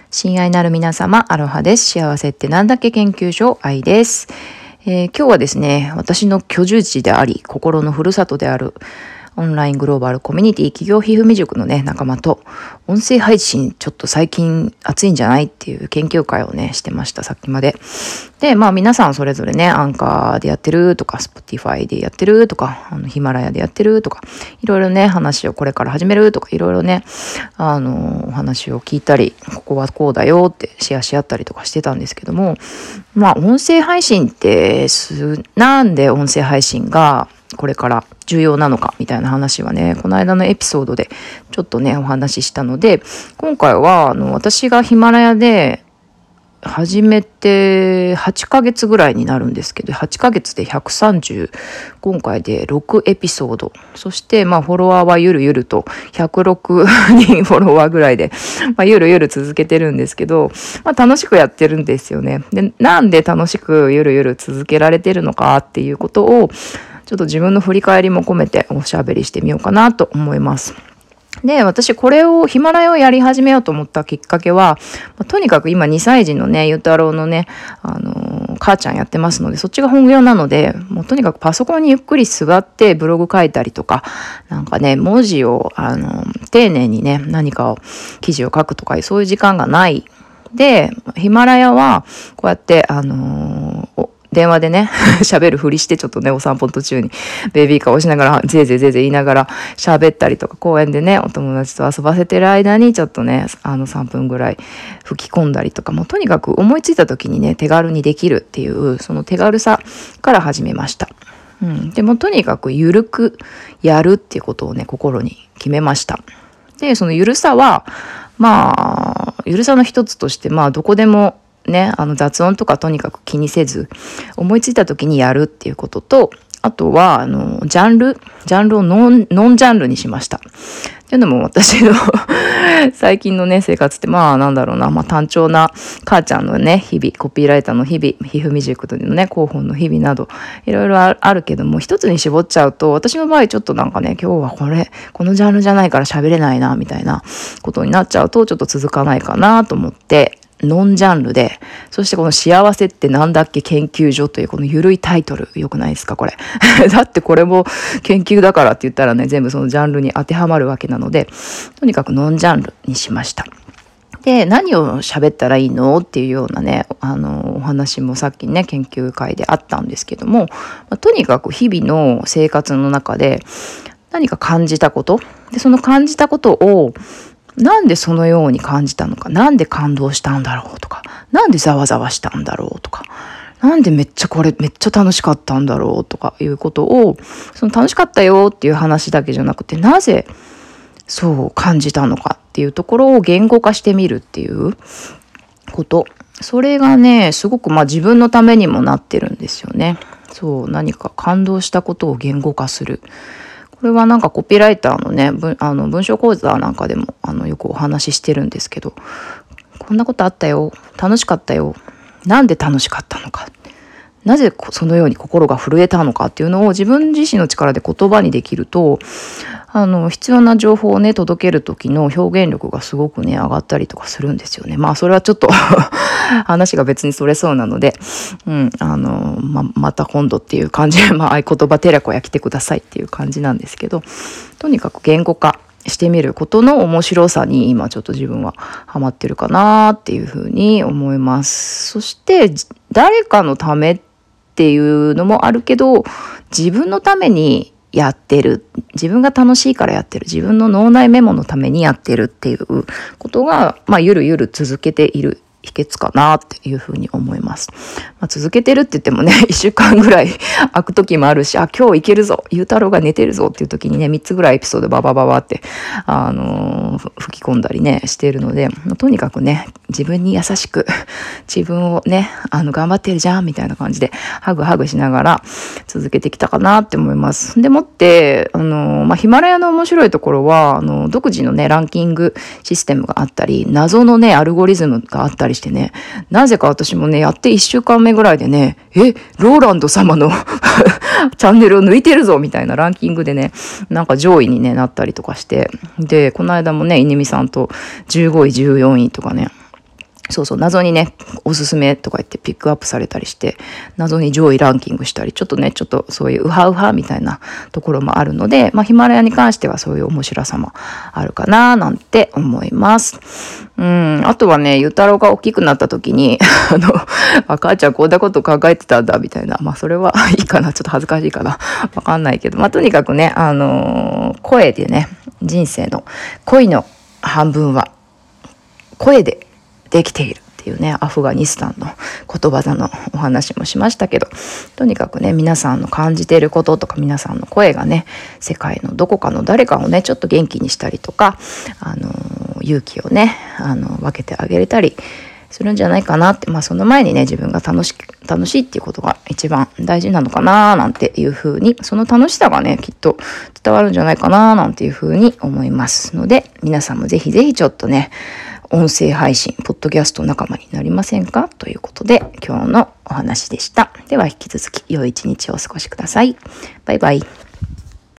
親愛なる皆様、アロハです。幸せってなんだっけ研究所、愛です。今日はですね、私の居住地であり、心のふるさとである、オンライングローバルコミュニティ企業ひふみ塾のね、仲間と、音声配信ちょっと最近熱いんじゃないっていう研究会をね、してました、さっきまで。で、皆さんそれぞれね、アンカーでやってるとか、スポティファイでやってるとか、ヒマラヤでやってるとか、いろいろね、話をこれから始めるとか、いろいろね、お話を聞いたり、ここはこうだよってシェアし合ったりとかしてたんですけども、音声配信ってなんで音声配信がこれから重要なのかみたいな話はね、この間のエピソードでちょっとね、お話ししたので、今回は私がヒマラヤで始めて8ヶ月ぐらいになるんですけど、8ヶ月で130、今回で6エピソード。そして、フォロワーはゆるゆると106人フォロワーぐらいで、ゆるゆる続けてるんですけど、楽しくやってるんですよね。で、なんで楽しくゆるゆる続けられてるのかっていうことを、ちょっと自分の振り返りも込めておしゃべりしてみようかなと思います。で、私これをヒマラヤをやり始めようと思ったきっかけは、とにかく今2歳児のね、ゆうたろうのね、母ちゃんやってますので、そっちが本業なので、もうとにかくパソコンにゆっくり座ってブログ書いたりとか、なんかね、文字を、丁寧にね、何かを、記事を書くとか、そういう時間がない。で、ヒマラヤは、こうやって、電話でね、喋るふりしてちょっとね、お散歩途中にベビーカーを押しながら、ぜいぜいぜいぜい言いながら喋ったりとか、公園でね、お友達と遊ばせてる間にちょっとね、3分ぐらい吹き込んだりとか、もうとにかく思いついた時にね、手軽にできるっていう、その手軽さから始めました。でもとにかくゆるくやるっていうことをね、心に決めました。で、そのゆるさは、ゆるさの一つとして、どこでもね、雑音とかとにかく気にせず、思いついた時にやるっていうことと、あとは、ジャンルをノンジャンルにしました。っていうのも私の最近のね、生活って、単調な母ちゃんのね、日々、コピーライターの日々、ひふみ塾のね、広報の日々など、いろいろあるけども、一つに絞っちゃうと、私の場合ちょっとなんかね、今日はこのジャンルじゃないから喋れないな、みたいなことになっちゃうと、ちょっと続かないかなと思って、ノンジャンルで、そしてこの幸せってなんだっけ研究所というこのゆるいタイトル、よくないですかこれ。だってこれも研究だからって言ったらね、全部そのジャンルに当てはまるわけなので、とにかくノンジャンルにしました。で、何を喋ったらいいのっていうようなね、お話もさっきね、研究会であったんですけども、とにかく日々の生活の中で何か感じたこと、で、その感じたことをなんでそのように感じたのか、なんで感動したんだろうとか、なんでざわざわしたんだろうとか、なんでめっちゃ楽しかったんだろうとかいうことを、その楽しかったよっていう話だけじゃなくて、なぜそう感じたのかっていうところを言語化してみるっていうこと。それがね、すごく自分のためにもなってるんですよね。そう、何か感動したことを言語化する。これはなんかコピーライターのね、文章講座なんかでもよくお話ししてるんですけど、こんなことあったよ、楽しかったよ、なんで楽しかったのか、なぜそのように心が震えたのかっていうのを自分自身の力で言葉にできると、必要な情報をね、届ける時の表現力がすごくね、上がったりとかするんですよね。それはちょっと話が別にそれそうなので、また今度っていう感じで、合言葉寺子や来てくださいっていう感じなんですけど、とにかく言語化してみることの面白さに今ちょっと自分はハマってるかなっていうふうに思います。そして誰かのためっていうのもあるけど、自分のためにやってる、自分が楽しいからやってる、自分の脳内メモのためにやってるっていうことが、ゆるゆる続けている秘訣かなっていうふうに思います。続けてるって言ってもね、1週間ぐらい空く時もあるし、今日いけるぞ、ゆうたろうが寝てるぞっていう時にね、3つぐらいエピソードババババって、吹き込んだりね、しているので、とにかくね、自分に優しく、自分をね、頑張ってるじゃんみたいな感じで、ハグしながら続けてきたかなって思います。でもって、ヒマラヤの面白いところは、独自のね、ランキングシステムがあったり、謎のね、アルゴリズムがあったりしてね、なぜか私もね、やって1週間目ぐらいでね、ローランド様のチャンネルを抜いてるぞみたいなランキングでね、なんか上位にね、なったりとかして、で、この間もね、稲見さんと15位、14位とかね、 そうそう、謎にね、おすすめとか言ってピックアップされたりして、謎に上位ランキングしたり、ちょっとそういうウハウハみたいなところもあるので、ヒマラヤに関してはそういう面白さもあるかななんて思います。あとはね、ゆうたろうが大きくなった時に、母ちゃんこんなこと考えてたんだ、みたいな。それはいいかな。ちょっと恥ずかしいかな。わかんないけど。とにかくね、声でね、人生の恋の半分は、声でできているっていうね、アフガニスタンの言葉のお話もしましたけど、とにかくね、皆さんの感じていることとか、皆さんの声がね、世界のどこかの誰かをね、ちょっと元気にしたりとか、勇気をね、分けてあげれたりするんじゃないかなって、その前にね、自分が楽しいっていうことが一番大事なのかななんていうふうに、その楽しさがね、きっと伝わるんじゃないかななんていうふうに思いますので、皆さんもぜひぜひちょっとね、音声配信、ポッドキャスト仲間になりませんかということで、今日のお話でした。では引き続き良い一日をお過ごしください。バイバイ。